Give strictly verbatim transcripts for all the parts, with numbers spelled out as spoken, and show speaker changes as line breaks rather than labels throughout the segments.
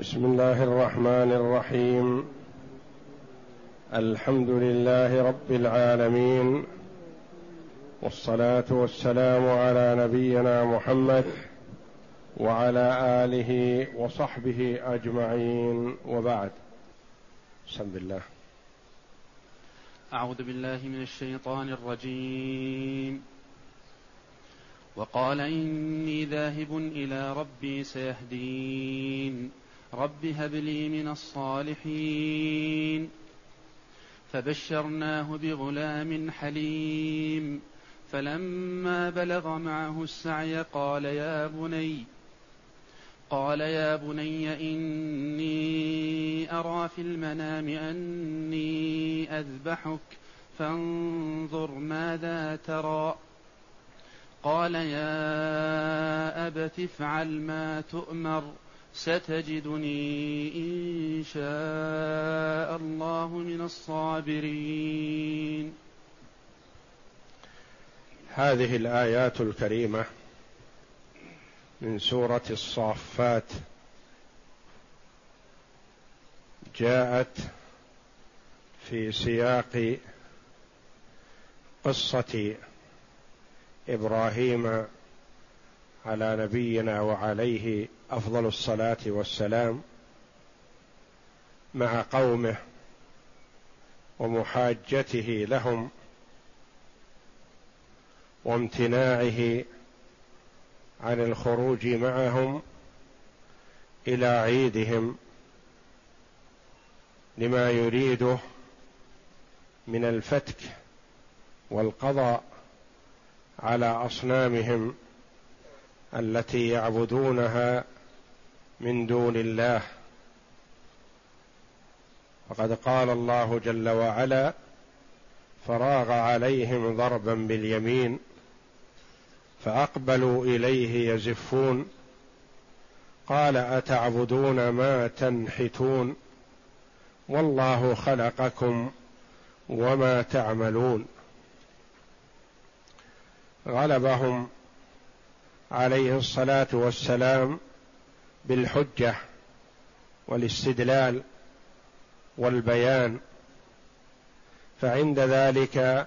بسم الله الرحمن الرحيم. الحمد لله رب العالمين، والصلاة والسلام على نبينا محمد وعلى آله وصحبه أجمعين، وبعد. بسم الله.
أعوذ بالله من الشيطان الرجيم. وقال إني ذاهب إلى ربي سيهدين رب هب لي من الصالحين. فبشرناه بغلام حليم فلما بلغ معه السعي قال يا بني قال يا بني إني أرى في المنام أني أذبحك فانظر ماذا ترى. قال يا أبت افعل ما تؤمر ستجدني إن شاء الله من الصابرين.
هذه الآيات الكريمة من سورة الصافات جاءت في سياق قصة إبراهيم على نبينا وعليه أفضل الصلاة والسلام مع قومه ومحاجته لهم وامتناعه عن الخروج معهم إلى عيدهم لما يريده من الفتك والقضاء على أصنامهم التي يعبدونها من دون الله. وقد قال الله جل وعلا: فراغ عليهم ضربا باليمين فأقبلوا إليه يزفون قال أتعبدون ما تنحتون والله خلقكم وما تعملون. غلبهم عليه الصلاة والسلام بالحجة والاستدلال والبيان، فعند ذلك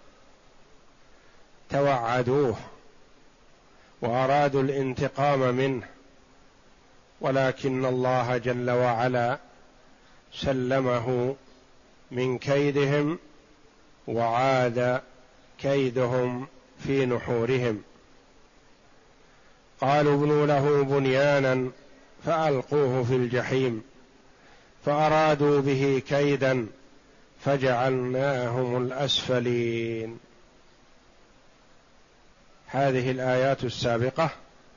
توعدوه وأرادوا الانتقام منه، ولكن الله جل وعلا سلمه من كيدهم وعاد كيدهم في نحورهم. قالوا ابنوا له بنيانا فألقوه في الجحيم فأرادوا به كيدا فجعلناهم الأسفلين. هذه الآيات السابقة.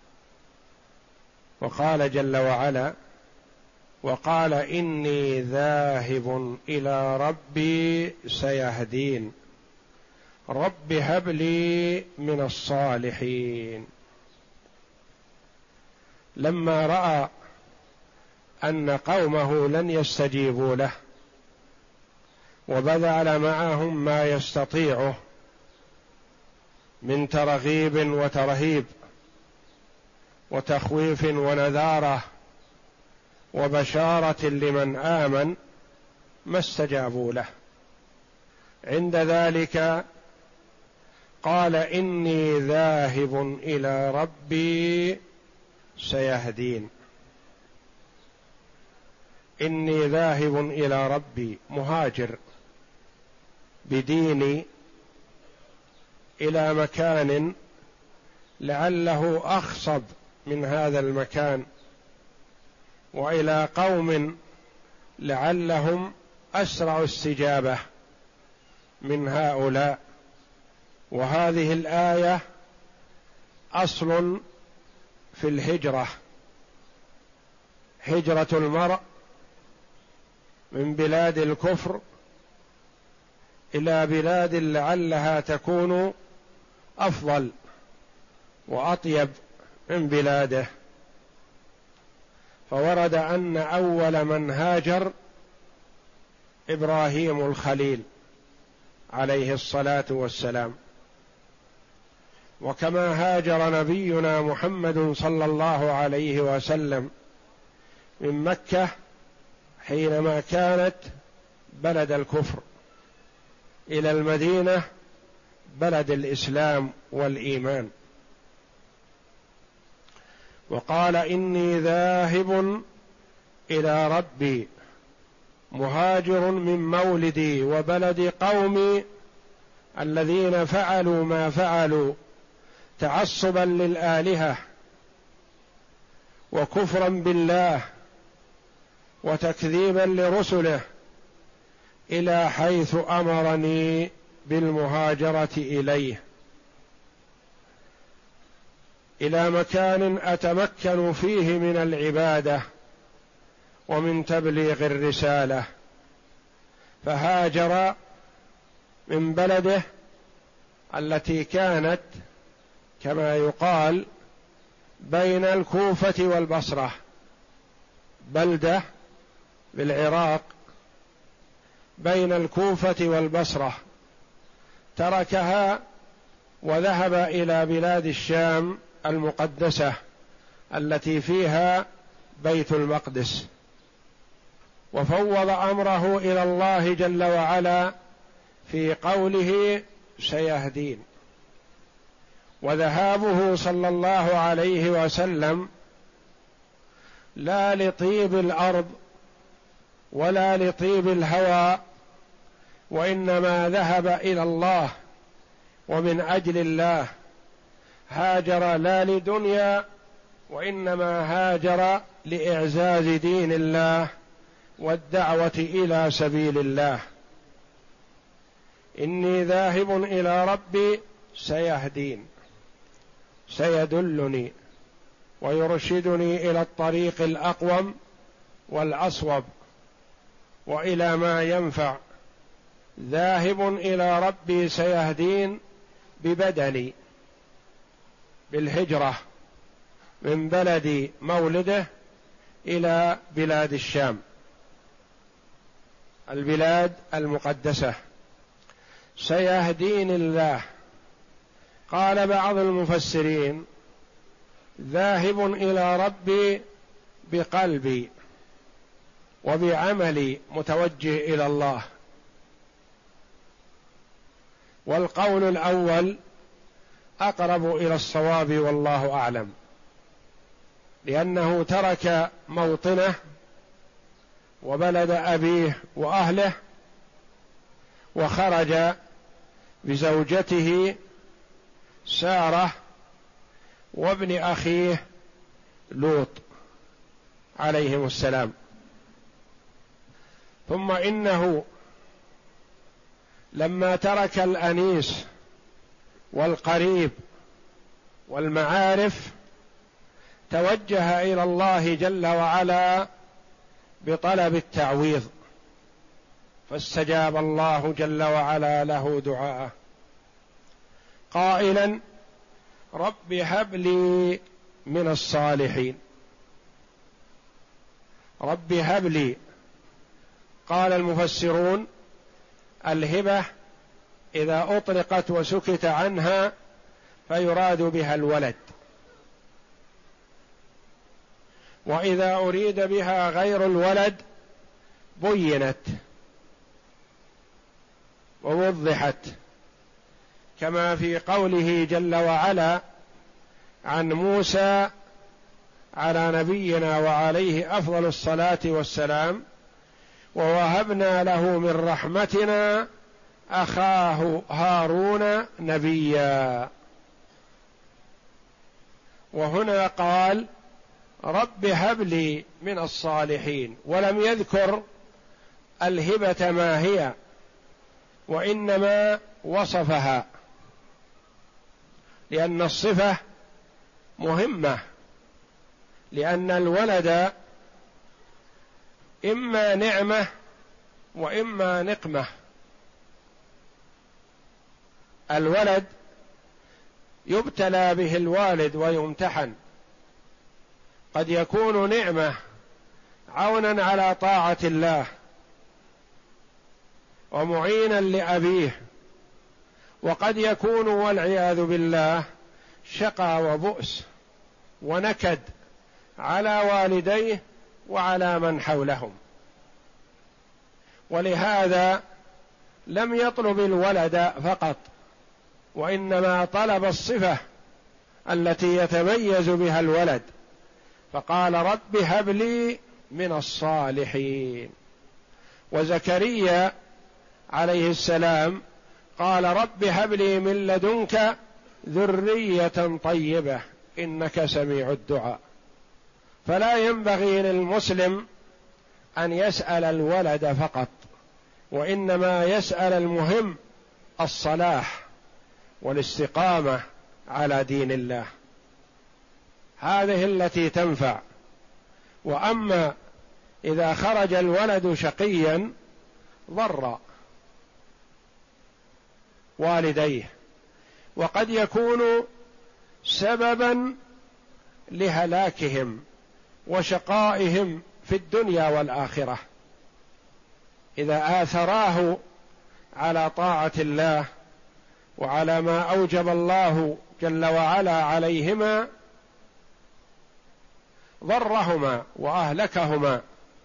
وقال جل وعلا: وقال إني ذاهب إلى ربي سيهدين رب هب لي من الصالحين. لما رأى أن قومه لن يستجيبوا له وبذل معهم ما يستطيعه من ترغيب وترهيب وتخويف ونذارة وبشارة لمن آمن، ما استجابوا له. عند ذلك قال إني ذاهب إلى ربي سيهدين. إني ذاهب إلى ربي، مهاجر بديني إلى مكان لعله أخصب من هذا المكان، وإلى قوم لعلهم أسرع استجابة من هؤلاء. وهذه الآية أصل في الهجرة، هجرة المرء من بلاد الكفر إلى بلاد لعلها تكون أفضل وأطيب من بلاده. فورد أن أول من هاجر إبراهيم الخليل عليه الصلاة والسلام، وكما هاجر نبينا محمد صلى الله عليه وسلم من مكة حينما كانت بلد الكفر إلى المدينة بلد الإسلام والإيمان، وقال إني ذاهب إلى ربي مهاجر من مولدي وبلد قومي الذين فعلوا ما فعلوا تعصبا للآلهة وكفرا بالله وتكذيبا لرسله، إلى حيث أمرني بالمهاجرة إليه، إلى مكان أتمكن فيه من العبادة ومن تبليغ الرسالة. فهاجر من بلده التي كانت كما يقال بين الكوفة والبصرة، بلدة بالعراق بين الكوفة والبصرة، تركها وذهب إلى بلاد الشام المقدسة التي فيها بيت المقدس، وفوض أمره إلى الله جل وعلا في قوله سيهدين. وذهابه صلى الله عليه وسلم لا لطيب الأرض ولا لطيب الهوى، وإنما ذهب إلى الله ومن أجل الله، هاجر لا لدنيا وإنما هاجر لإعزاز دين الله والدعوة إلى سبيل الله. إني ذاهب إلى ربي سيهدين، سيدلني ويرشدني إلى الطريق الأقوم والأصوب وإلى ما ينفع. ذاهب إلى ربي سيهدين ببدني بالهجرة من بلد مولده إلى بلاد الشام البلاد المقدسة، سيهدين الله. قال بعض المفسرين ذاهب إلى ربي بقلبي وبعملي متوجه إلى الله. والقول الأول أقرب إلى الصواب والله أعلم، لأنه ترك موطنه وبلد أبيه وأهله وخرج بزوجته سارة وابن أخيه لوط عليهم السلام. ثم إنه لما ترك الأنيس والقريب والمعارف توجه إلى الله جل وعلا بطلب التعويض، فاستجاب الله جل وعلا له دعاءه قائلا رب هب لي من الصالحين. رب هب لي، قال المفسرون الهبة إذا أطلقت وسكت عنها فيراد بها الولد، وإذا أريد بها غير الولد بينت ووضحت، كما في قوله جل وعلا عن موسى على نبينا وعليه أفضل الصلاة والسلام ووهبنا له من رحمتنا أخاه هارون نبيا. وهنا قال رب هب لي من الصالحين، ولم يذكر الهبة ما هي، وإنما وصفها، لأن الصفة مهمة، لأن الولد إما نعمة وإما نقمة. الولد يبتلى به الوالد ويمتحن، قد يكون نعمة عونا على طاعة الله ومعينا لأبيه، وقد يكون والعياذ بالله شقى وبؤس ونكد على والديه وعلى من حولهم. ولهذا لم يطلب الولد فقط، وإنما طلب الصفة التي يتميز بها الولد، فقال رب هب لي من الصالحين. وزكريا عليه السلام قال رب هب لي من لدنك ذرية طيبة إنك سميع الدعاء. فلا ينبغي للمسلم أن يسأل الولد فقط، وإنما يسأل المهم الصلاح والاستقامة على دين الله، هذه التي تنفع. وأما إذا خرج الولد شقيا ضر والديه، وقد يكون سببا لهلاكهم وشقائهم في الدنيا والآخرة، إذا آثراه على طاعة الله وعلى ما أوجب الله جل وعلا عليهما ضرهما وأهلكهما.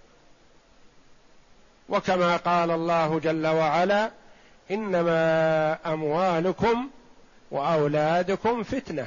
وكما قال الله جل وعلا إنما أموالكم وأولادكم فتنة،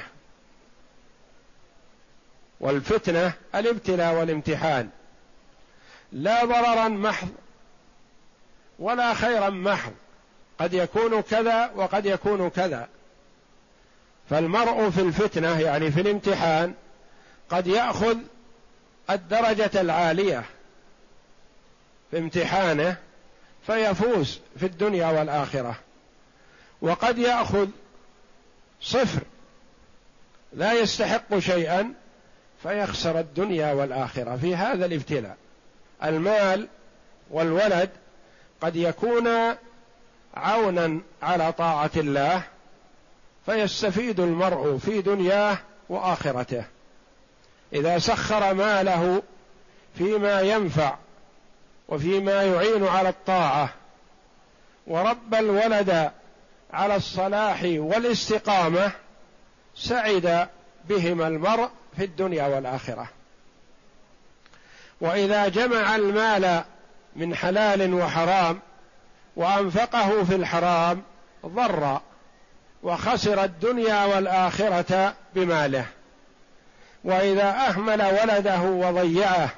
والفتنة الابتلاء والامتحان، لا ضررا محض ولا خيرا محض، قد يكون كذا وقد يكون كذا. فالمرء في الفتنة يعني في الامتحان قد يأخذ الدرجة العالية في امتحانه فيفوز في الدنيا والآخرة، وقد يأخذ صفر لا يستحق شيئا فيخسر الدنيا والآخرة في هذا الابتلاء. المال والولد قد يكون عونا على طاعة الله فيستفيد المرء في دنياه وآخرته إذا سخر ماله فيما ينفع وفيما يعين على الطاعة، وربى الولد على الصلاح والاستقامة، سعد بهما المرء في الدنيا والآخرة. وإذا جمع المال من حلال وحرام وأنفقه في الحرام ضر وخسر الدنيا والآخرة بماله. وإذا أهمل ولده وضيعه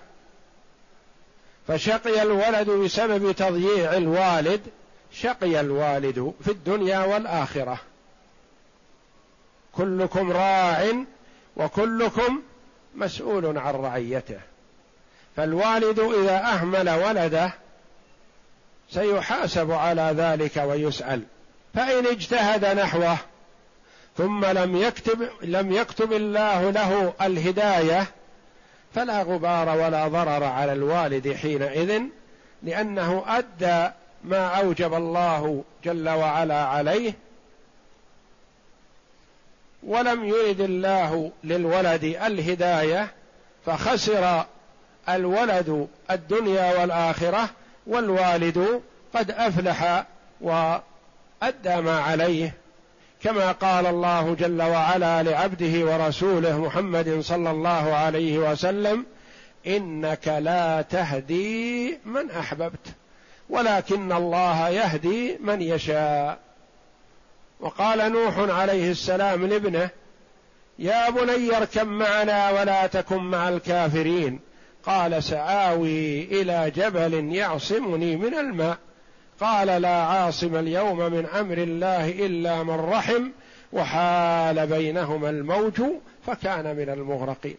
فشقي الولد بسبب تضييع الوالد، شقي الوالد في الدنيا والآخرة. كلكم راع وكلكم مسؤول عن رعيته. فالوالد إذا أهمل ولده سيحاسب على ذلك ويسأل، فإن اجتهد نحوه ثم لم يكتب لم يكتب الله له الهداية فلا غبار ولا ضرر على الوالد حينئذ، لأنه أدى ما أوجب الله جل وعلا عليه، ولم يرد الله للولد الهداية فخسر الولد الدنيا والآخرة، والوالد قد أفلح وأدى ما عليه، كما قال الله جل وعلا لعبده ورسوله محمد صلى الله عليه وسلم: إنك لا تهدي من أحببت ولكن الله يهدي من يشاء. وقال نوح عليه السلام لابنه: يا بني اركب معنا ولا تكن مع الكافرين، قال سآوي إلى جبل يعصمني من الماء، قال لا عاصم اليوم من أمر الله إلا من رحم، وحال بينهما الموج فكان من المغرقين.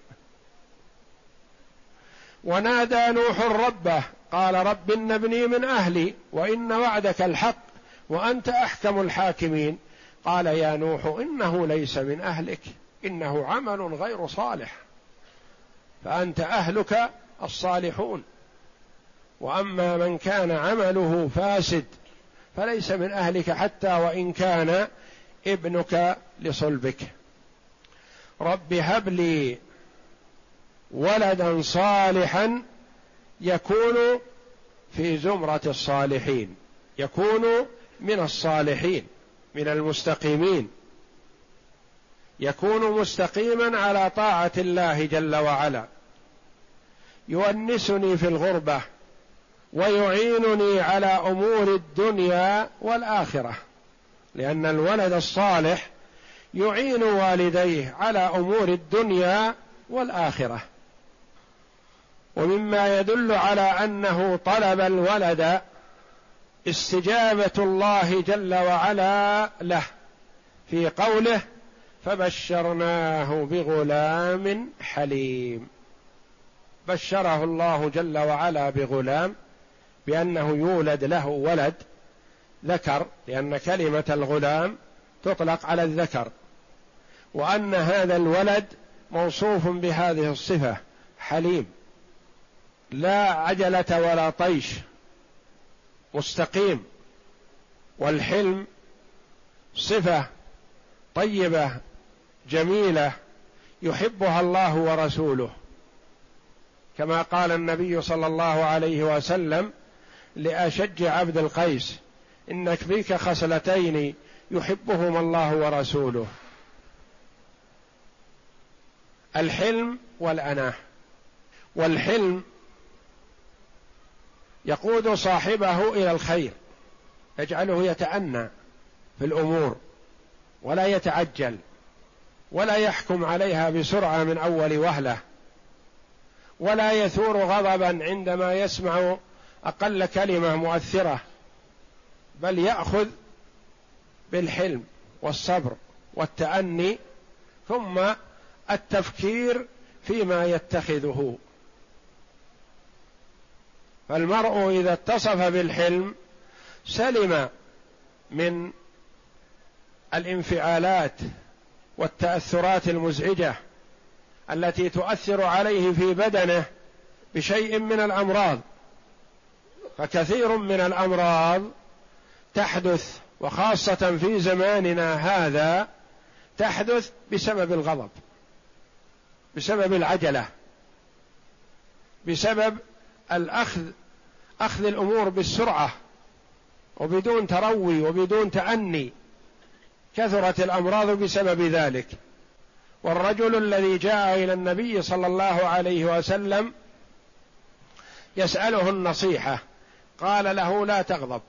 ونادى نوح ربه قال رب إن ابني من أهلي وإن وعدك الحق وأنت أحكم الحاكمين، قال يا نوح إنه ليس من أهلك إنه عمل غير صالح، فأنت أهلك الصالحون، وأما من كان عمله فاسد فليس من أهلك حتى وإن كان ابنك لصلبك. رب هب لي ولدا صالحا يكون في زمرة الصالحين، يكون من الصالحين من المستقيمين، يكون مستقيما على طاعة الله جل وعلا، يؤنسني في الغربة ويعينني على أمور الدنيا والآخرة، لأن الولد الصالح يعين والديه على أمور الدنيا والآخرة. ومما يدل على أنه طلب الولد استجابة الله جل وعلا له في قوله فبشرناه بغلام حليم. بشره الله جل وعلا بغلام، بأنه يولد له ولد ذكر، لأن كلمة الغلام تطلق على الذكر، وأن هذا الولد موصوف بهذه الصفة حليم، لا عجلة ولا طيش، مستقيم. والحلم صفة طيبة جميلة يحبها الله ورسوله، كما قال النبي صلى الله عليه وسلم لأشج عبد القيس إنك فيك خصلتين يحبهما الله ورسوله: الحلم والأناة. والحلم يقود صاحبه إلى الخير، يجعله يتأنى في الأمور ولا يتعجل ولا يحكم عليها بسرعة من أول وهلة، ولا يثور غضبا عندما يسمع أقل كلمة مؤثرة، بل يأخذ بالحلم والصبر والتأني، ثم التفكير فيما يتخذه. فالمرء إذا اتصف بالحلم سلم من الانفعالات والتأثرات المزعجة التي تؤثر عليه في بدنه بشيء من الأمراض. فكثير من الأمراض تحدث، وخاصة في زماننا هذا تحدث بسبب الغضب، بسبب العجلة، بسبب الأخذ أخذ الأمور بالسرعة وبدون تروي وبدون تأني. كثرت الأمراض بسبب ذلك. والرجل الذي جاء إلى النبي صلى الله عليه وسلم يسأله النصيحة قال له لا تغضب،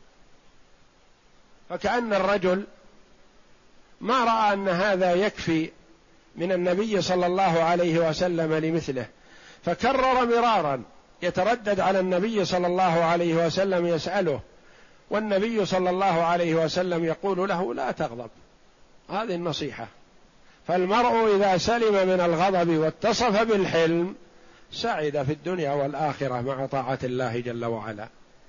فكأن الرجل ما رأى أن هذا يكفي من النبي صلى الله عليه وسلم لمثله، فكرر مرارا يتردد على النبي صلى الله عليه وسلم يسأله، والنبي صلى الله عليه وسلم يقول له لا تغضب. هذه النصيحة. فالمرء إذا سلم من الغضب واتصف بالحلم سعد في الدنيا والآخرة مع طاعة الله جل وعلا.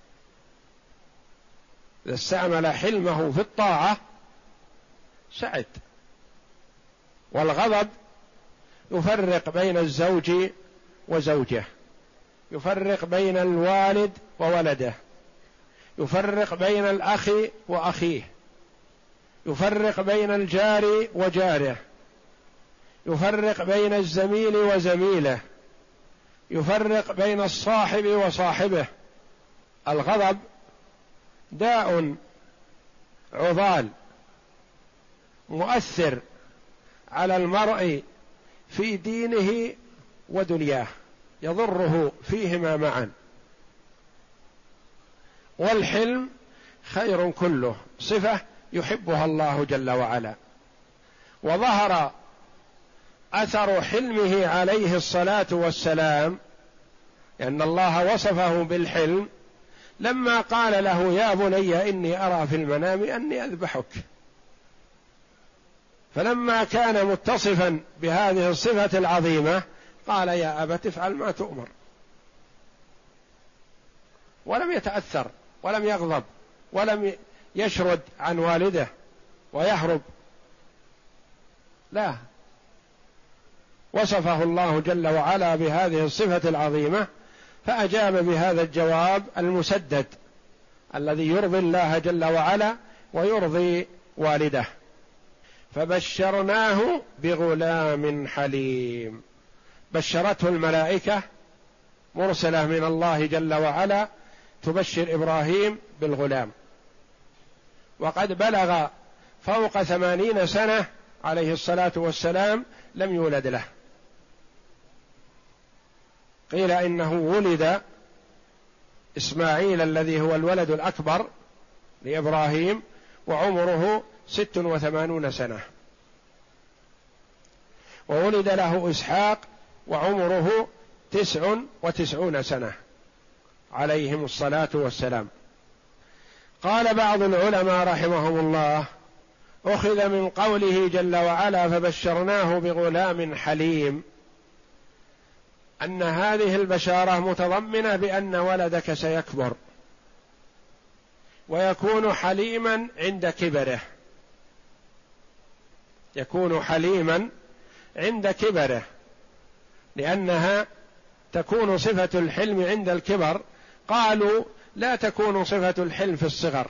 إذا استعمل حلمه في الطاعة سعد. والغضب يفرق بين الزوج وزوجه، يفرق بين الوالد وولده، يفرق بين الأخ وأخيه، يفرق بين الجار وجاره، يفرق بين الزميل وزميله، يفرق بين الصاحب وصاحبه. الغضب داء عضال مؤثر على المرء في دينه ودنياه، يضره فيهما معا. والحلم خير كله، صفة يحبها الله جل وعلا. وظهر أثر حلمه عليه الصلاة والسلام، لأن الله وصفه بالحلم لما قال له يا بني إني أرى في المنام أني أذبحك. فلما كان متصفا بهذه الصفة العظيمة قال يا أبت افعل ما تؤمر، ولم يتأثر ولم يغضب ولم يشرد عن والده ويهرب، لا، وصفه الله جل وعلا بهذه الصفة العظيمة فأجاب بهذا الجواب المسدد الذي يرضي الله جل وعلا ويرضي والده. فبشرناه بغلام حليم. بشرته الملائكة مرسلة من الله جل وعلا تبشر إبراهيم بالغلام، وقد بلغ فوق ثمانين سنة عليه الصلاة والسلام لم يولد له. قيل إنه ولد إسماعيل الذي هو الولد الأكبر لإبراهيم وعمره ست وثمانون سنة، وولد له إسحاق وعمره تسع وتسعون سنة عليهم الصلاة والسلام. قال بعض العلماء رحمهم الله: أخذ من قوله جل وعلا فبشرناه بغلام حليم أن هذه البشارة متضمنة بأن ولدك سيكبر ويكون حليما عند كبره، يكون حليما عند كبره، لأنها تكون صفة الحلم عند الكبر. قالوا لا تكون صفة الحلم في الصغر،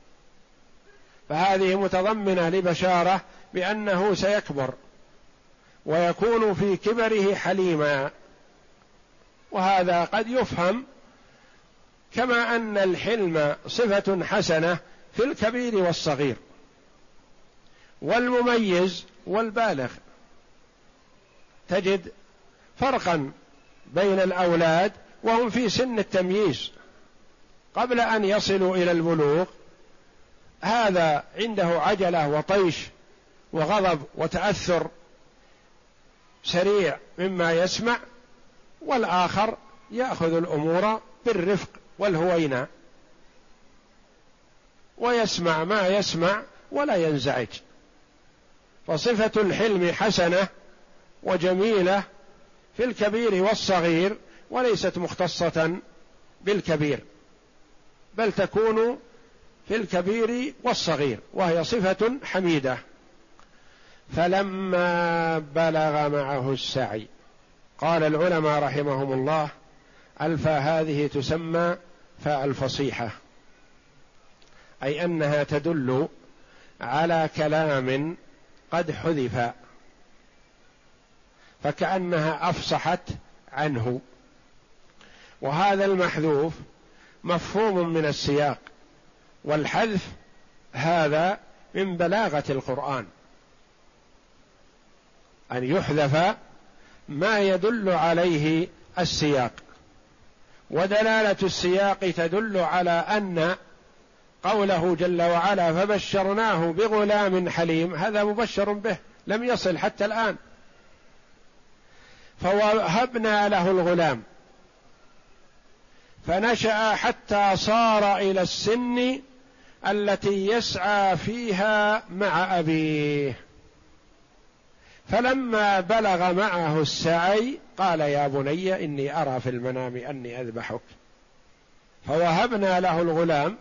فهذه متضمنة لبشارة بأنه سيكبر ويكون في كبره حليما، وهذا قد يفهم كما أن الحلم صفة حسنة في الكبير والصغير والمميز والبالغ. تجد فرقا بين الأولاد وهم في سن التمييز قبل أن يصلوا إلى البلوغ، هذا عنده عجلة وطيش وغضب وتأثر سريع مما يسمع، والآخر يأخذ الأمور بالرفق والهوينة ويسمع ما يسمع ولا ينزعج. فصفة الحلم حسنة وجميلة في الكبير والصغير، وليست مختصة بالكبير، بل تكون في الكبير والصغير، وهي صفة حميدة. فلما بلغ معه السعي، قال العلماء رحمهم الله: الفاء هذه تسمى فاء الفصيحة، أي أنها تدل على كلام قد حذف، فكأنها أفصحت عنه. وهذا المحذوف مفهوم من السياق، والحذف هذا من بلاغة القرآن، أن يحذف ما يدل عليه السياق، ودلالة السياق تدل على أن قوله جل وعلا فبشرناه بغلام حليم هذا مبشر به لم يصل حتى الآن، فوهبنا له الغلام فنشأ حتى صار إلى السن التي يسعى فيها مع أبيه، فلما بلغ معه السعي قال يا بني إني أرى في المنام أني أذبحك، فوهبنا له الغلام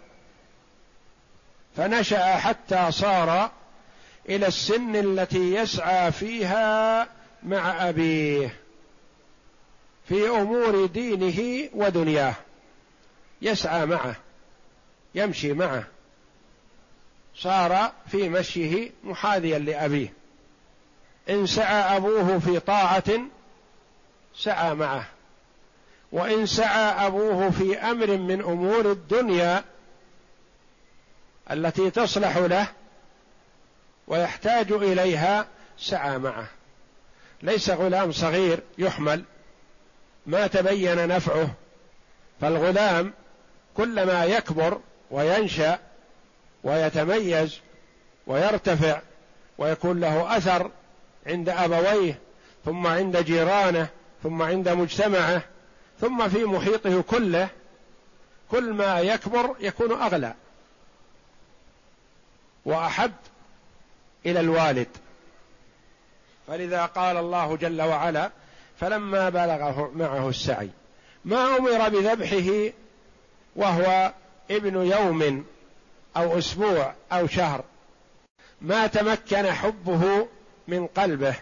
فنشأ حتى صار إلى السن التي يسعى فيها مع أبيه في أمور دينه ودنياه، يسعى معه يمشي معه، صار في مشيه محاذيا لأبيه. إن سعى أبوه في طاعة سعى معه، وإن سعى أبوه في أمر من أمور الدنيا التي تصلح له ويحتاج إليها سعى معه. ليس غلام صغير يحمل ما تبين نفعه، فالغلام كلما يكبر وينشأ ويتميز ويرتفع ويكون له أثر عند أبويه، ثم عند جيرانه، ثم عند مجتمعه، ثم في محيطه كله، كل ما يكبر يكون أغلى وأحب إلى الوالد. فلذا قال الله جل وعلا فلما بلغ معه السعي، ما أمر بذبحه وهو ابن يوم أو أسبوع أو شهر، ما تمكن حبه من قلبه،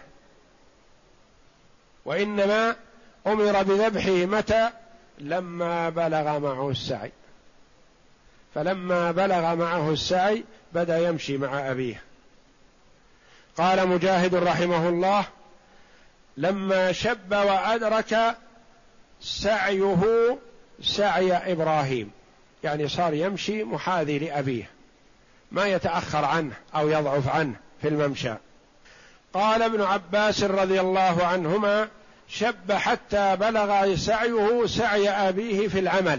وإنما أمر بذبحه متى؟ لما بلغ معه السعي. فلما بلغ معه السعي بدأ يمشي مع أبيه. قال مجاهد رحمه الله لما شب وأدرك سعيه سعي إبراهيم، يعني صار يمشي محاذي لأبيه، ما يتأخر عنه أو يضعف عنه في الممشى. قال ابن عباس رضي الله عنهما شب حتى بلغ سعيه سعي أبيه في العمل.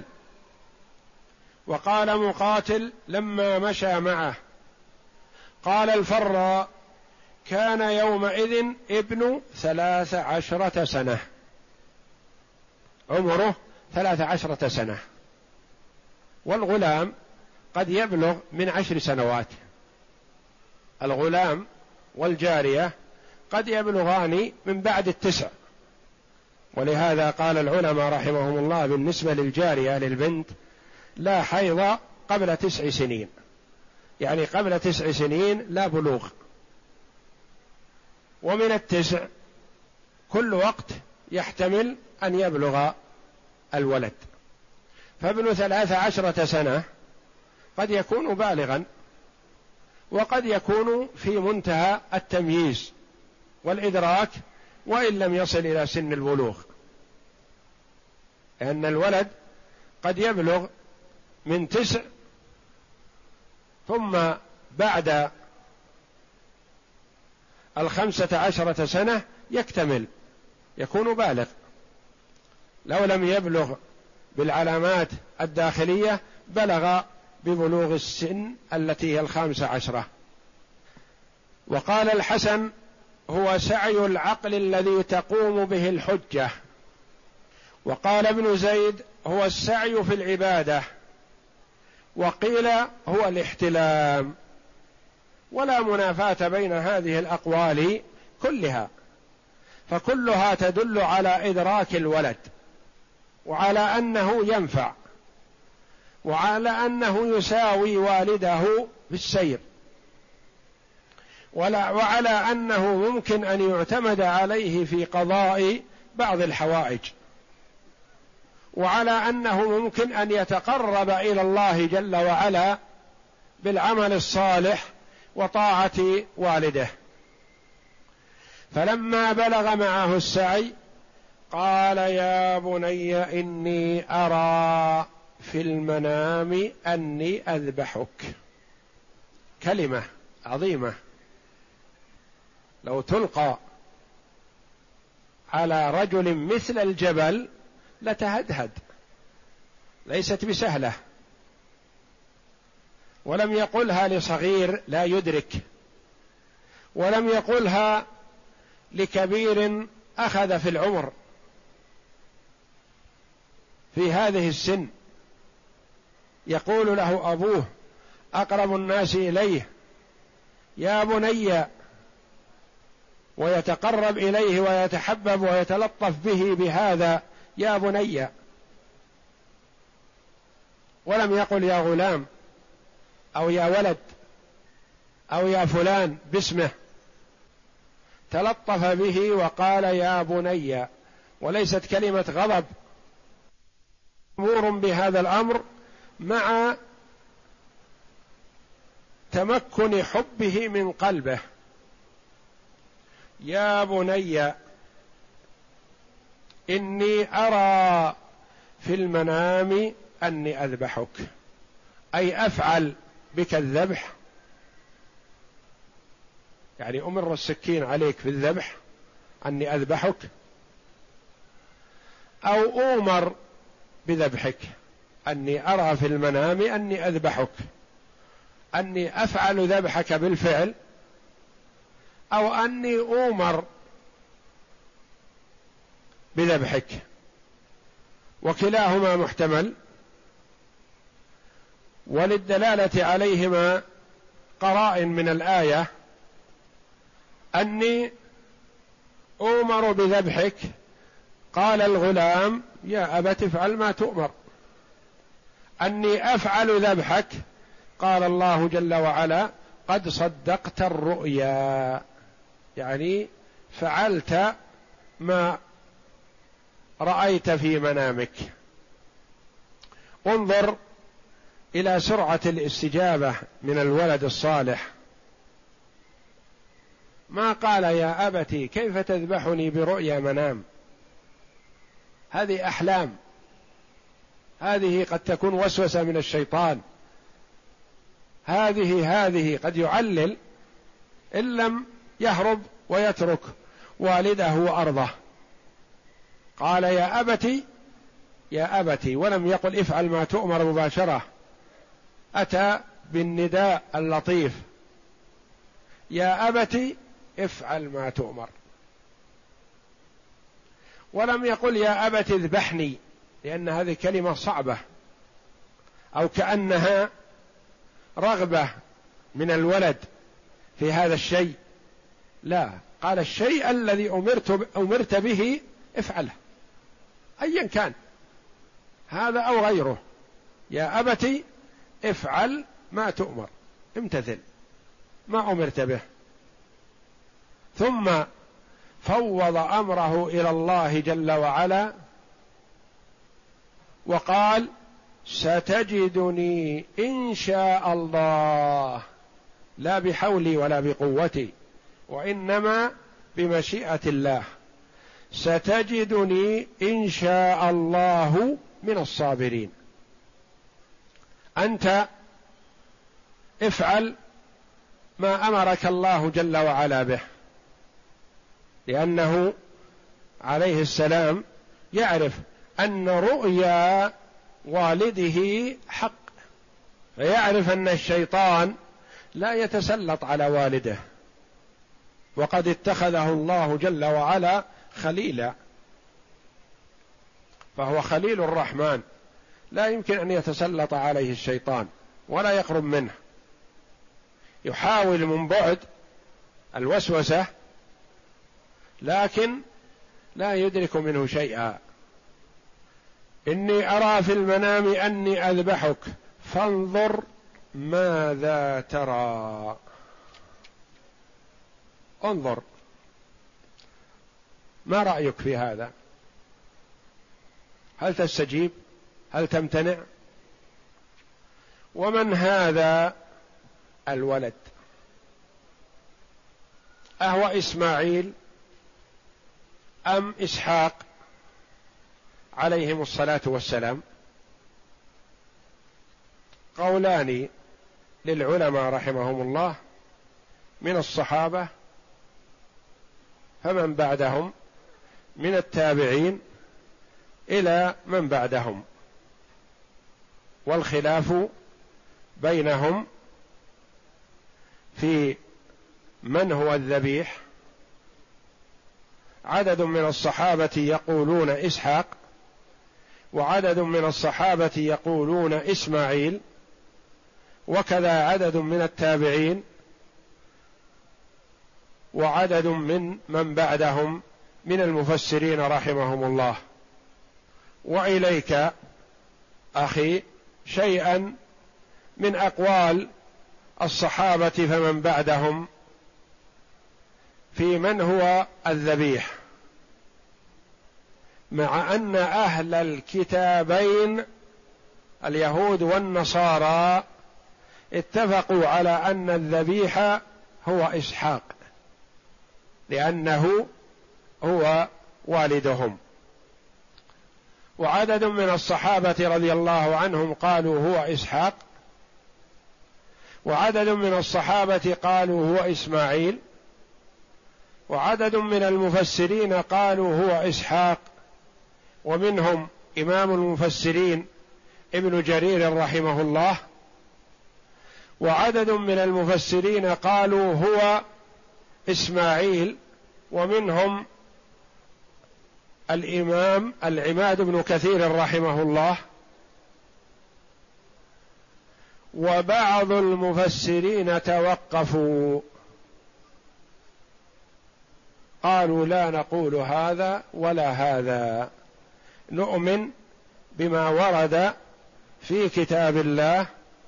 وقال مقاتل لما مشى معه قال الفراء كان يومئذ ابن ثلاث عشرة سنة، عمره ثلاث عشرة سنة، والغلام قد يبلغ من عشر سنوات. الغلام والجارية قد يبلغان من بعد التسع، ولهذا قال العلماء رحمهم الله بالنسبة للجارية للبنت لا حيض قبل تسع سنين، يعني قبل تسع سنين لا بلوغ، ومن التسع كل وقت يحتمل أن يبلغ الولد. فابن ثلاث عشرة سنة قد يكون بالغا، وقد يكون في منتهى التمييز والإدراك وإن لم يصل إلى سن البلوغ، لأن الولد قد يبلغ من تسع ثم بعد الخمسة عشرة سنة يكتمل يكون بالغ، لو لم يبلغ بالعلامات الداخلية بلغ ببلوغ السن التي هي الخامسة عشرة. وقال الحسن هو سعي العقل الذي تقوم به الحجة. وقال ابن زيد هو السعي في العبادة. وقيل هو الاحتلام. ولا منافاة بين هذه الأقوال كلها، فكلها تدل على إدراك الولد، وعلى أنه ينفع، وعلى أنه يساوي والده في السير، وعلى أنه ممكن أن يعتمد عليه في قضاء بعض الحوائج، وعلى أنه ممكن أن يتقرب إلى الله جل وعلا بالعمل الصالح وطاعة والده. فلما بلغ معه السعي قال يا بني إني أرى في المنام أني أذبحك. كلمة عظيمة لو تلقى على رجل مثل الجبل لتهدهد، ليست بسهلة. ولم يقلها لصغير لا يدرك، ولم يقلها لكبير أخذ في العمر في هذه السن، يقول له أبوه أقرب الناس إليه يا بني، ويتقرب إليه ويتحبب ويتلطف به بهذا يا بني، ولم يقل يا غلام أو يا ولد أو يا فلان باسمه، تلطف به وقال يا بني، وليست كلمة غضب. مأمور بهذا الأمر مع تمكن حبه من قلبه. يا بني إني أرى في المنام أني أذبحك، أي أفعل بك الذبح، يعني أمر السكين عليك في الذبح أني أذبحك، أو أؤمر بذبحك، أني أرى في المنام أني أذبحك، أني أفعل ذبحك بالفعل، أو أني أؤمر بذبحك، وكلاهما محتمل. وللدلالة عليهما قرائن من الآية أني أؤمر بذبحك، قال الغلام يا أبت افعل ما تؤمر. أني أفعل ذبحك، قال الله جل وعلا قد صدقت الرؤيا، يعني فعلت ما رأيت في منامك. انظر إلى سرعة الاستجابة من الولد الصالح، ما قال يا أبتي كيف تذبحني برؤيا منام، هذه أحلام، هذه قد تكون وسوسة من الشيطان، هذه هذه قد يعلل إن لم يهرب ويترك والده وأرضه. قال يا أبتي يا أبتي ولم يقل افعل ما تؤمر مباشرة، أتى بالنداء اللطيف يا أبتي افعل ما تؤمر، ولم يقل يا أبت اذبحني، لأن هذه كلمة صعبة أو كأنها رغبة من الولد في هذا الشيء، لا، قال الشيء الذي أمرت أمرت به افعله أيا كان هذا أو غيره، يا أبت افعل ما تؤمر، امتثل ما أمرت به. ثم فوض أمره إلى الله جل وعلا وقال ستجدني إن شاء الله، لا بحولي ولا بقوتي وإنما بمشيئة الله، ستجدني إن شاء الله من الصابرين. أنت افعل ما أمرك الله جل وعلا به، لأنه عليه السلام يعرف أن رؤيا والده حق، فيعرف أن الشيطان لا يتسلط على والده، وقد اتخذه الله جل وعلا خليلا، فهو خليل الرحمن لا يمكن أن يتسلط عليه الشيطان ولا يقرب منه، يحاول من بعد الوسوسة لكن لا يدرك منه شيئا. إني أرى في المنام أني أذبحك فانظر ماذا ترى، انظر ما رأيك في هذا، هل تستجيب هل تمتنع؟ ومن هذا الولد؟ أهو إسماعيل أم إسحاق عليهم الصلاة والسلام؟ قولان للعلماء رحمهم الله من الصحابة فمن بعدهم من التابعين إلى من بعدهم، والخلاف بينهم في من هو الذبيح. عدد من الصحابة يقولون إسحاق، وعدد من الصحابة يقولون إسماعيل، وكذا عدد من التابعين وعدد من من بعدهم من المفسرين رحمهم الله. وإليك أخي شيئا من أقوال الصحابة فمن بعدهم في من هو الذبيح، مع أن أهل الكتابين اليهود والنصارى اتفقوا على أن الذبيح هو إسحاق لأنه هو والدهم، وعدد من الصحابة رضي الله عنهم قالوا هو إسحاق، وعدد من الصحابة قالوا هو إسماعيل، وعدد من المفسرين قالوا هو إسحاق، ومنهم إمام المفسرين ابن جرير رحمه الله، وعدد من المفسرين قالوا هو إسماعيل، ومنهم الإمام العماد بن كثير رحمه الله، وبعض المفسرين توقفوا قالوا لا نقول هذا ولا هذا، نؤمن بما ورد في كتاب الله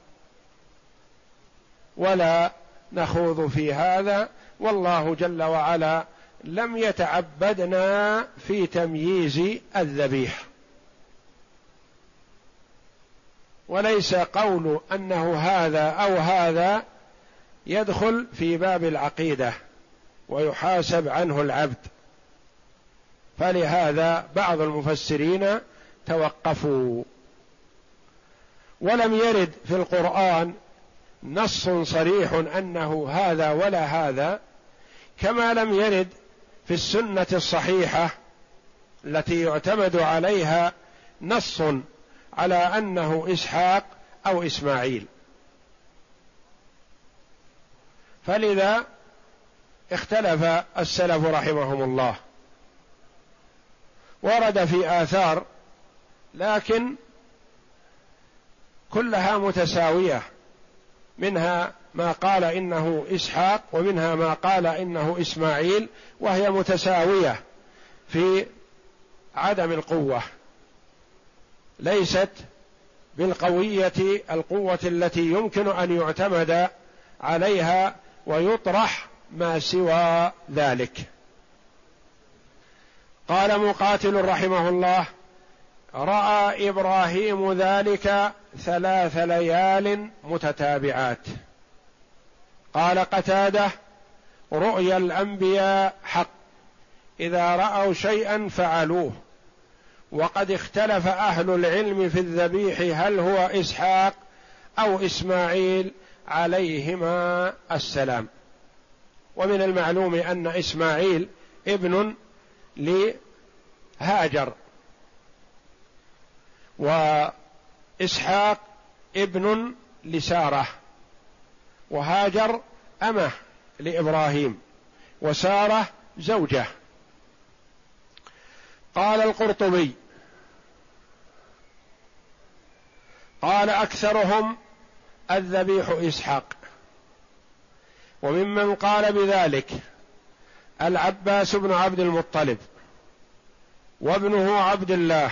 ولا نخوض في هذا، والله جل وعلا لم يتعبدنا في تمييز الذبيح، وليس قول أنه هذا أو هذا يدخل في باب العقيدة ويحاسب عنه العبد، فلهذا بعض المفسرين توقفوا. ولم يرد في القرآن نص صريح أنه هذا ولا هذا، كما لم يرد في السنة الصحيحة التي يعتمد عليها نص على أنه إسحاق أو إسماعيل، فلذا اختلف السلف رحمهم الله. ورد في آثار لكن كلها متساوية، منها ما قال إنه إسحاق ومنها ما قال إنه إسماعيل، وهي متساوية في عدم القوة، ليست بالقوية القوة التي يمكن أن يعتمد عليها ويطرح ما سوى ذلك. قال مقاتل رحمه الله: رأى إبراهيم ذلك ثلاث ليال متتابعات. قال قتادة: رؤيا الأنبياء حق، إذا رأوا شيئا فعلوه. وقد اختلف أهل العلم في الذبيح هل هو إسحاق أو إسماعيل عليهما السلام. ومن المعلوم أن إسماعيل ابن لهاجر، وإسحاق ابن لسارة، وهاجر أمه لإبراهيم، وسارة زوجة. قال القرطبي: قال أكثرهم الذبيح إسحاق. وممن قال بذلك العباس بن عبد المطلب وابنه عبد الله،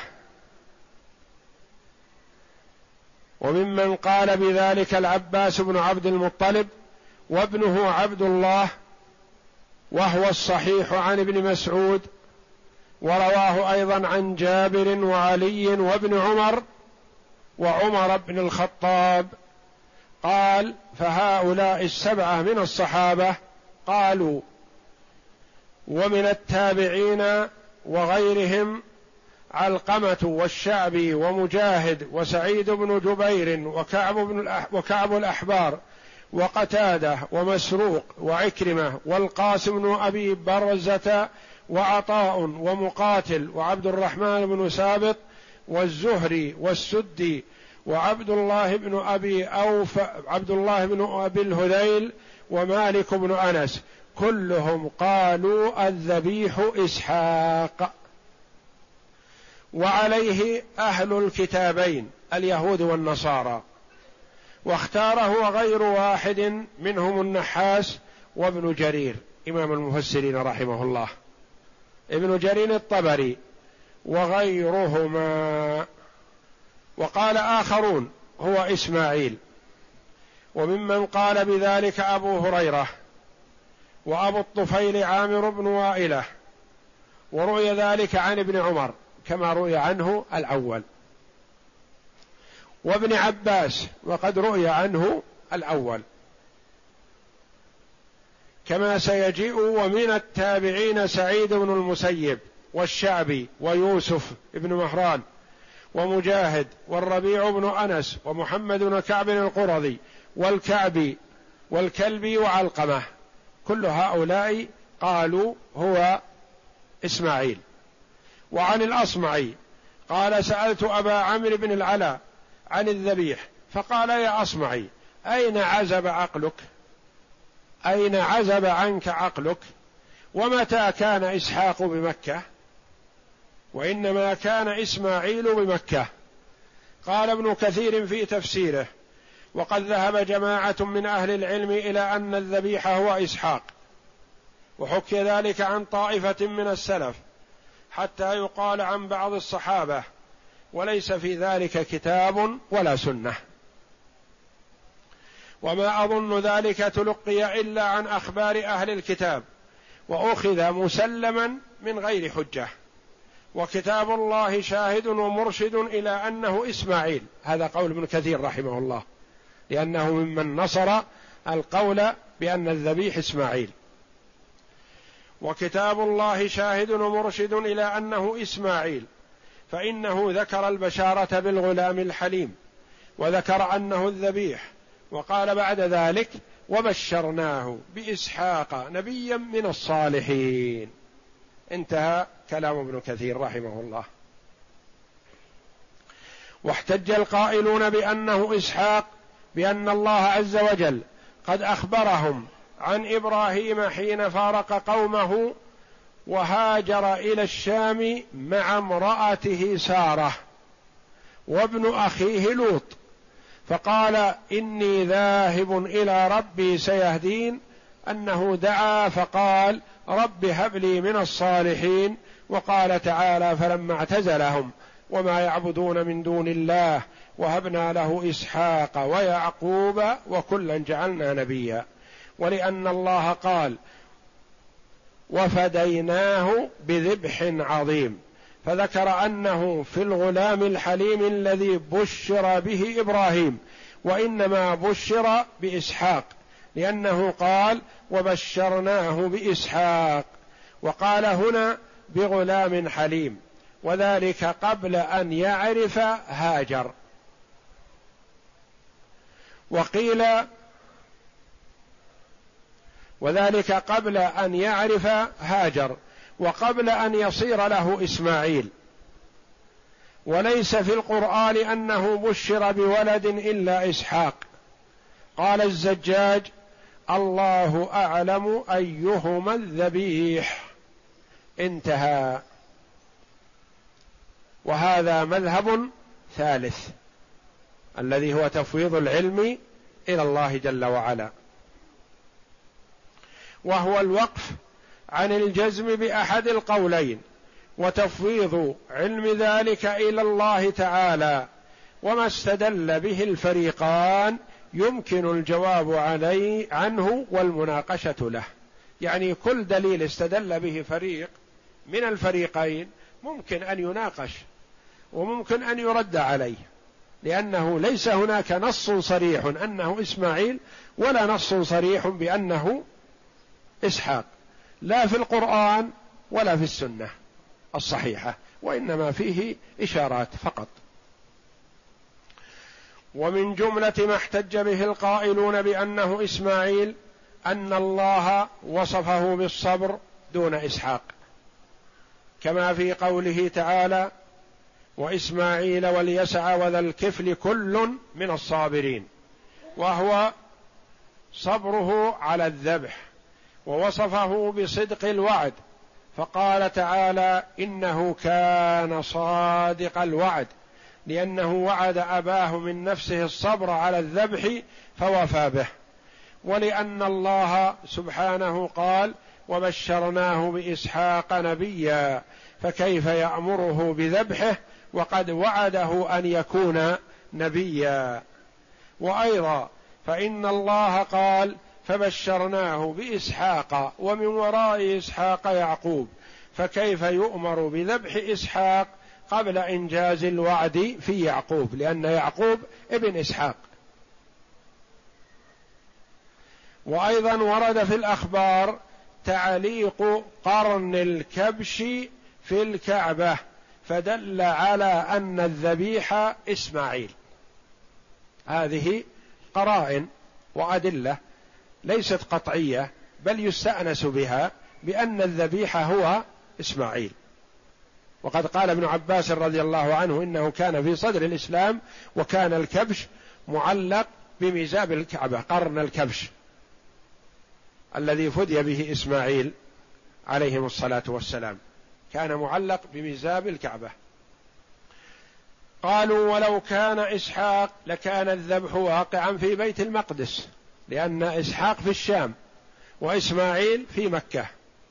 وممن قال بذلك العباس بن عبد المطلب وابنه عبد الله، وهو الصحيح عن ابن مسعود، ورواه أيضا عن جابر وعلي وابن عمر وعمر بن الخطاب. قال: فهؤلاء السبعة من الصحابة قالوا، ومن التابعين وغيرهم علقمة والشعبي ومجاهد وسعيد بن جبير وكعب, بن وكعب الأحبار وقتادة ومسروق وعكرمة والقاسم بن أبي برزة وعطاء ومقاتل وعبد الرحمن بن سابط والزهري والسدي وعبد الله بن أبي أوف عبد الله بن أبي الهذيل ومالك بن أنس، كلهم قالوا الذبيح إسحاق. وعليه أهل الكتابين اليهود والنصارى، واختاره غير واحد منهم النحاس وابن جرير إمام المفسرين رحمه الله، ابن جرير الطبري وغيرهما. وقال آخرون هو إسماعيل. وممن قال بذلك أبو هريرة وأبو الطفيل عامر بن وائلة، وروي ذلك عن ابن عمر كما روي عنه الأول، وابن عباس وقد روي عنه الأول كما سيجيء. ومن التابعين سعيد بن المسيب والشعبي ويوسف بن مهران ومجاهد والربيع بن أنس ومحمد بن كعب القرظي والكعبي والكلبي وعلقمة، كل هؤلاء قالوا هو إسماعيل. وعن الأصمعي قال: سألت أبا عمرو بن العلاء عن الذبيح فقال: يا أصمعي، أين عزب عقلك؟ أين عزب عنك عقلك؟ ومتى كان إسحاق بمكة؟ وإنما كان إسماعيل بمكة. قال ابن كثير في تفسيره: وقد ذهب جماعة من أهل العلم إلى أن الذبيح هو إسحاق، وحكي ذلك عن طائفة من السلف حتى يقال عن بعض الصحابة، وليس في ذلك كتاب ولا سنة. وما أظن ذلك تلقي إلا عن أخبار أهل الكتاب، وأخذ مسلما من غير حجة، وكتاب الله شاهد ومرشد إلى أنه إسماعيل. هذا قول ابن كثير رحمه الله، لأنه ممن نصر القول بأن الذبيح إسماعيل. وكتاب الله شاهد ومرشد إلى أنه إسماعيل، فإنه ذكر البشارة بالغلام الحليم، وذكر أنه الذبيح، وقال بعد ذلك: وبشرناه بإسحاق نبيا من الصالحين. انتهى كلام ابن كثير رحمه الله. واحتج القائلون بأنه إسحاق بأن الله عز وجل قد أخبرهم عن إبراهيم حين فارق قومه وهاجر إلى الشام مع امرأته سارة وابن أخيه لوط، فقال إني ذاهب إلى ربي سيهدين، أنه دعا فقال رب هب لي من الصالحين. وقال تعالى فلما اعتزلهم وما يعبدون من دون الله وهبنا له إسحاق ويعقوب وكلا جعلنا نبيا. ولأن الله قال وفديناه بذبح عظيم، فذكر أنه في الغلام الحليم الذي بشر به إبراهيم، وإنما بشر بإسحاق لأنه قال وبشرناه بإسحاق، وقال هنا بغلام حليم، وذلك قبل أن يعرف هاجر. وقيل وذلك قبل أن يعرف هاجر وقبل أن يصير له إسماعيل. وليس في القرآن أنه بشر بولد إلا إسحاق. قال الزجاج الله أعلم أيهما الذبيح، انتهى. وهذا مذهب ثالث الذي هو تفويض العلم إلى الله جل وعلا، وهو الوقف عن الجزم بأحد القولين وتفويض علم ذلك إلى الله تعالى. وما استدل به الفريقان يمكن الجواب عليه عنه والمناقشة له، يعني كل دليل استدل به فريق من الفريقين ممكن أن يناقش وممكن أن يرد عليه، لأنه ليس هناك نص صريح أنه إسماعيل ولا نص صريح بأنه إسحاق، لا في القرآن ولا في السنة الصحيحة، وإنما فيه إشارات فقط. ومن جملة ما احتج به القائلون بأنه إسماعيل أن الله وصفه بالصبر دون إسحاق، كما في قوله تعالى وإسماعيل واليسع وذا الكفل كل من الصابرين، وهو صبره على الذبح. ووصفه بصدق الوعد فقال تعالى إنه كان صادق الوعد، لأنه وعد أباه من نفسه الصبر على الذبح فوفى به. ولأن الله سبحانه قال وبشرناه بإسحاق نبيا، فكيف يأمره بذبحه وقد وعده أن يكون نبيا. وأيضا فإن الله قال فبشرناه بإسحاق ومن وراء إسحاق يعقوب، فكيف يؤمر بذبح إسحاق قبل إنجاز الوعد في يعقوب، لأن يعقوب ابن إسحاق. وأيضا ورد في الأخبار تعليق قرن الكبش في الكعبة، فدل على أن الذبيح إسماعيل. هذه قرائن وأدلة ليست قطعية، بل يستأنس بها بأن الذبيح هو إسماعيل. وقد قال ابن عباس رضي الله عنه إنه كان في صدر الإسلام وكان الكبش معلق بميزاب الكعبة، قرن الكبش الذي فدي به إسماعيل عليهم الصلاة والسلام كان معلق بميزاب الكعبة. قالوا ولو كان إسحاق لكان الذبح واقعا في بيت المقدس، لأن إسحاق في الشام وإسماعيل في مكة.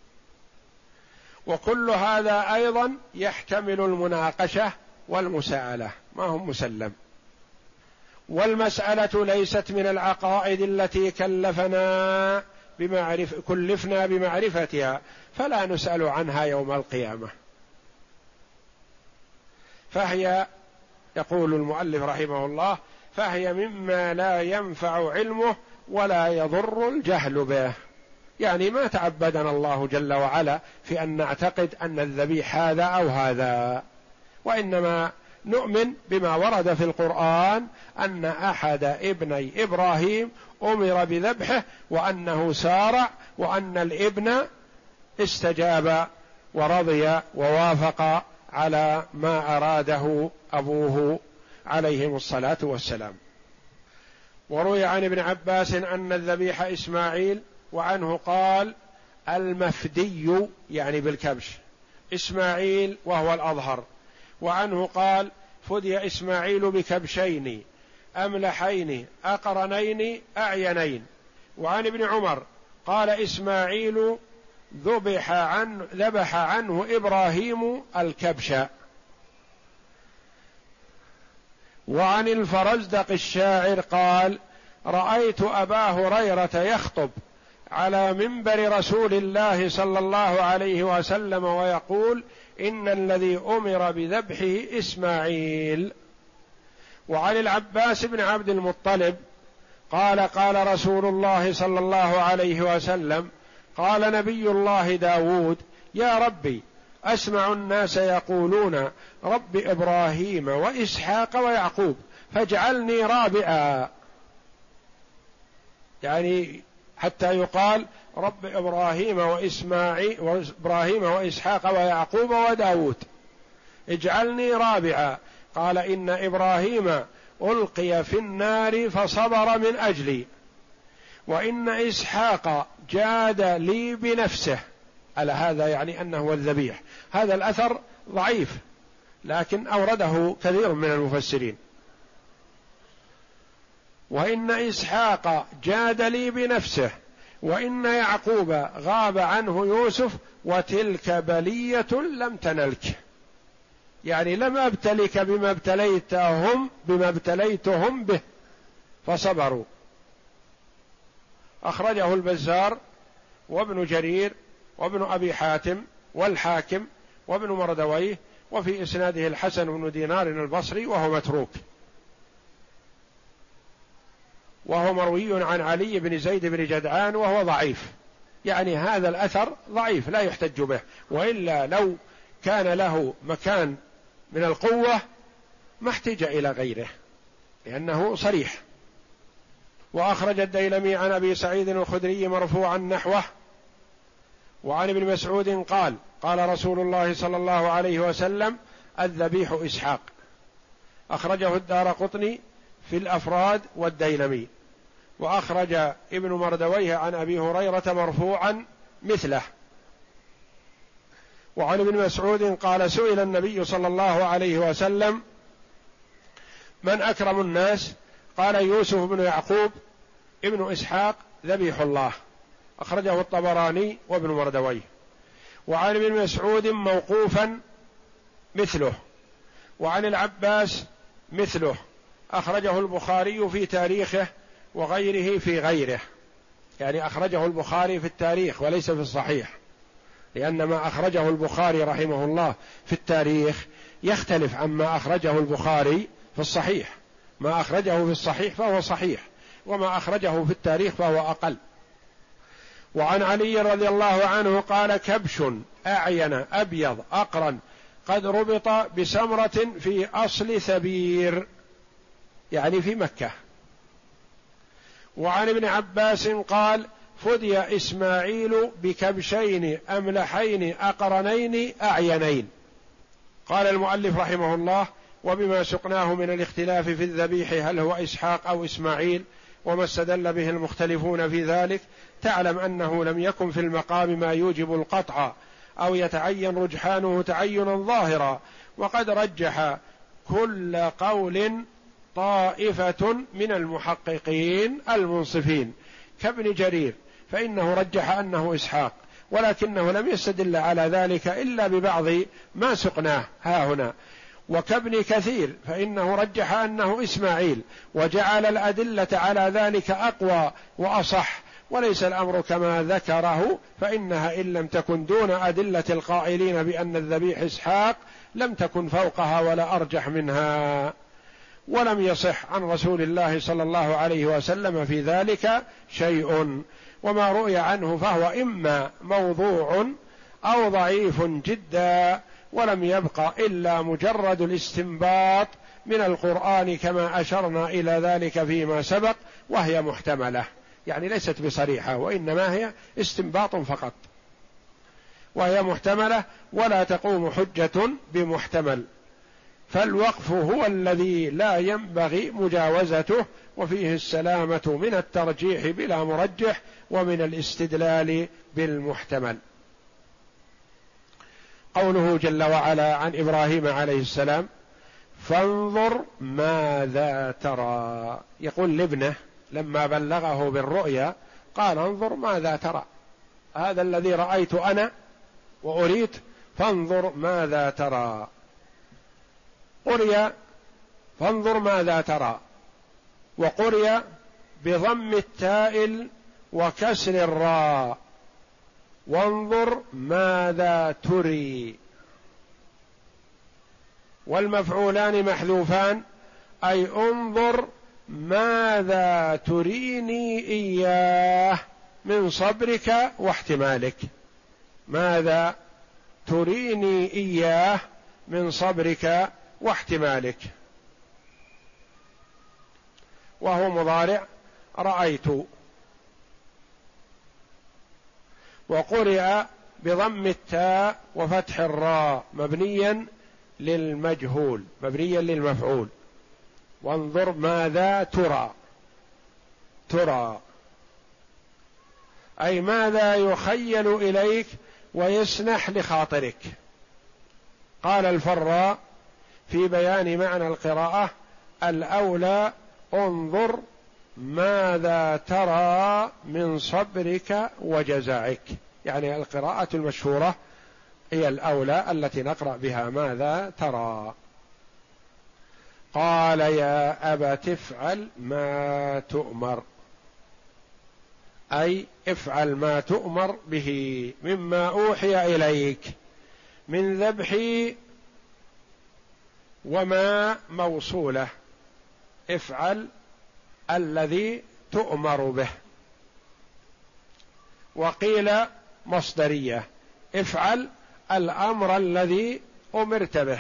وكل هذا أيضا يحتمل المناقشة والمساءلة، ما هم مسلم. والمسألة ليست من العقائد التي كلفنا بمعرف كلفنا بمعرفتها، فلا نسأل عنها يوم القيامة. فهي يقول المؤلف رحمه الله فهي مما لا ينفع علمه ولا يضر الجهل به، يعني ما تعبدنا الله جل وعلا في أن نعتقد أن الذبيح هذا أو هذا، وإنما نؤمن بما ورد في القرآن أن أحد ابني إبراهيم أمر بذبحه وأنه سارع وأن الابن استجاب ورضي ووافق على ما أراده أبوه عليهم الصلاة والسلام. وروي عن ابن عباس أن الذبيح إسماعيل، وعنه قال المفدي يعني بالكبش إسماعيل وهو الأظهر، وعنه قال فدي إسماعيل بكبشين أملحين أقرنين أعينين. وعن ابن عمر قال إسماعيل ذبح عنه ذبح عنه إبراهيم الكبش. وعن الفرزدق الشاعر قال رأيت أبا هريرة يخطب على منبر رسول الله صلى الله عليه وسلم ويقول إن الذي أمر بذبحه إسماعيل. وعن العباس بن عبد المطلب قال قال رسول الله صلى الله عليه وسلم قال نبي الله داود يا ربي أسمع الناس يقولون رب إبراهيم وإسحاق ويعقوب فاجعلني رابعا، يعني حتى يقال رب إبراهيم وإسماعيل وإبراهيم وإسحاق ويعقوب وداود اجعلني رابعا. قال إن إبراهيم ألقي في النار فصبر من أجلي، وإن إسحاق جاد لي بنفسه، على هذا يعني أنه هو الذبيح. هذا الأثر ضعيف لكن أورده كثير من المفسرين. وإن إسحاق جاد لي بنفسه، وإن يعقوب غاب عنه يوسف وتلك بلية لم تنلك، يعني لم أبتلك بما ابتليتهم بما ابتليتهم به فصبروا. أخرجه البزار وابن جرير وابن أبي حاتم والحاكم وابن مردويه، وفي إسناده الحسن بن دينار البصري وهو متروك، وهو مروي عن علي بن زيد بن جدعان وهو ضعيف، يعني هذا الأثر ضعيف لا يحتج به، وإلا لو كان له مكان من القوة ما احتج إلى غيره لأنه صريح. وأخرج الديلمي عن أبي سعيد الخدري مرفوعا نحوه. وعن ابن مسعود قال قال رسول الله صلى الله عليه وسلم الذبيح إسحاق. أخرجه الدارقطني في الأفراد والديلمي. وأخرج ابن مردويه عن أبي هريرة مرفوعا مثله. وعن ابن مسعود قال سئل النبي صلى الله عليه وسلم من أكرم الناس؟ قال يوسف بن يعقوب ابن إسحاق ذبيح الله. أخرجه الطبراني وابن مردويه. وعن ابن مسعود موقوفا مثله. وعن العباس مثله. أخرجه البخاري في تاريخه وغيره في غيره، يعني أخرجه البخاري في التاريخ وليس في الصحيح، لأن ما أخرجه البخاري رحمه الله في التاريخ يختلف عما أخرجه البخاري في الصحيح. ما أخرجه في الصحيح فهو صحيح، وما أخرجه في التاريخ فهو أقل. وعن علي رضي الله عنه قال كبش أعين أبيض أقرن قد ربط بسمرة في أصل ثبير، يعني في مكة. وعن ابن عباس قال فدي إسماعيل بكبشين أملحين أقرنين أعينين. قال المؤلف رحمه الله وبما سقناه من الاختلاف في الذبيح هل هو إسحاق أو إسماعيل وما استدل به المختلفون في ذلك، تعلم أنه لم يكن في المقام ما يوجب القطع أو يتعين رجحانه تعينا ظاهرا، وقد رجح كل قول طائفة من المحققين المنصفين كابن جرير، فإنه رجح أنه إسحاق، ولكنه لم يستدل على ذلك إلا ببعض ما سقناه ها هنا. وكابن كثير فإنه رجح أنه إسماعيل، وجعل الأدلة على ذلك أقوى وأصح، وليس الأمر كما ذكره، فإنها إن لم تكن دون أدلة القائلين بأن الذبيح إسحاق لم تكن فوقها ولا أرجح منها. ولم يصح عن رسول الله صلى الله عليه وسلم في ذلك شيء، وما رؤي عنه فهو إما موضوع أو ضعيف جدا، ولم يبق إلا مجرد الاستنباط من القرآن كما أشرنا إلى ذلك فيما سبق، وهي محتملة، يعني ليست بصريحة، وإنما هي استنباط فقط. وهي محتملة، ولا تقوم حجة بمحتمل، فالوقف هو الذي لا ينبغي مجاوزته، وفيه السلامة من الترجيح بلا مرجح، ومن الاستدلال بالمحتمل. قوله جل وعلا عن إبراهيم عليه السلام: فانظر ماذا ترى، يقول لابنه لما بلغه بالرؤيا قال: انظر ماذا ترى، هذا الذي رأيت أنا وأريد، فانظر ماذا ترى. قرئ فانظر ماذا ترى، وقرئ بضم التاء وكسر الراء، وانظر ماذا تري، والمفعولان محذوفان، أي انظر ماذا تريني إياه من صبرك واحتمالك، ماذا تريني إياه من صبرك واحتمالك، وهو مضارع رأيت. وقرئ بضم التاء وفتح الراء مبنيا للمجهول مبنيا للمفعول، وانظر ماذا ترى، ترى أي ماذا يخيل إليك ويسنح لخاطرك. قال الفراء في بيان معنى القراءة: الأولى انظر ماذا ترى من صبرك وجزعك، يعني القراءة المشهورة هي الأولى التي نقرأ بها ماذا ترى. قال: يا أبت افعل ما تؤمر، أي افعل ما تؤمر به مما أوحي إليك من ذبحي وما موصوله، افعل الذي تؤمر به. وقيل مصدرية، افعل الأمر الذي أمرت به.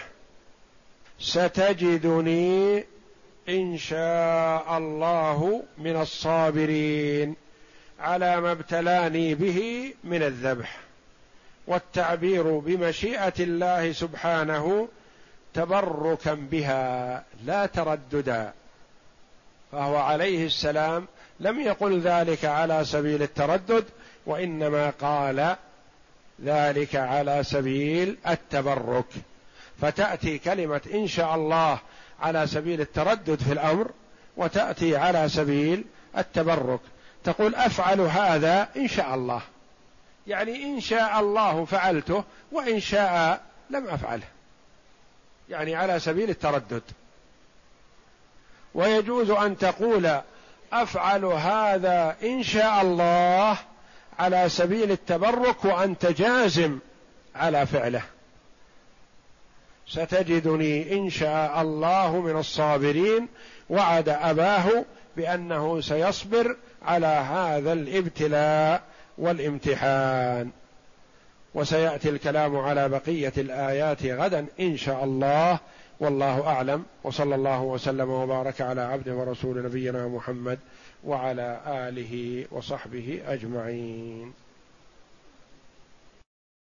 ستجدني إن شاء الله من الصابرين على ما ابتلاني به من الذبح، والتعبير بمشيئة الله سبحانه تبركا بها لا ترددا، فهو عليه السلام لم يقل ذلك على سبيل التردد، وإنما قال ذلك على سبيل التبرك. فتأتي كلمة إن شاء الله على سبيل التردد في الأمر، وتأتي على سبيل التبرك، تقول أفعل هذا إن شاء الله، يعني إن شاء الله فعلته، وإن شاء لم أفعله، يعني على سبيل التردد. ويجوز أن تقول أفعل هذا إن شاء الله على سبيل التبرك وأنت جازم على فعله. ستجدني إن شاء الله من الصابرين، وعد أباه بأنه سيصبر على هذا الابتلاء والامتحان. وسيأتي الكلام على بقية الآيات غدا إن شاء الله، والله أعلم، وصلى الله وسلم وبارك على عبده ورسول نبينا محمد وعلى آله وصحبه أجمعين.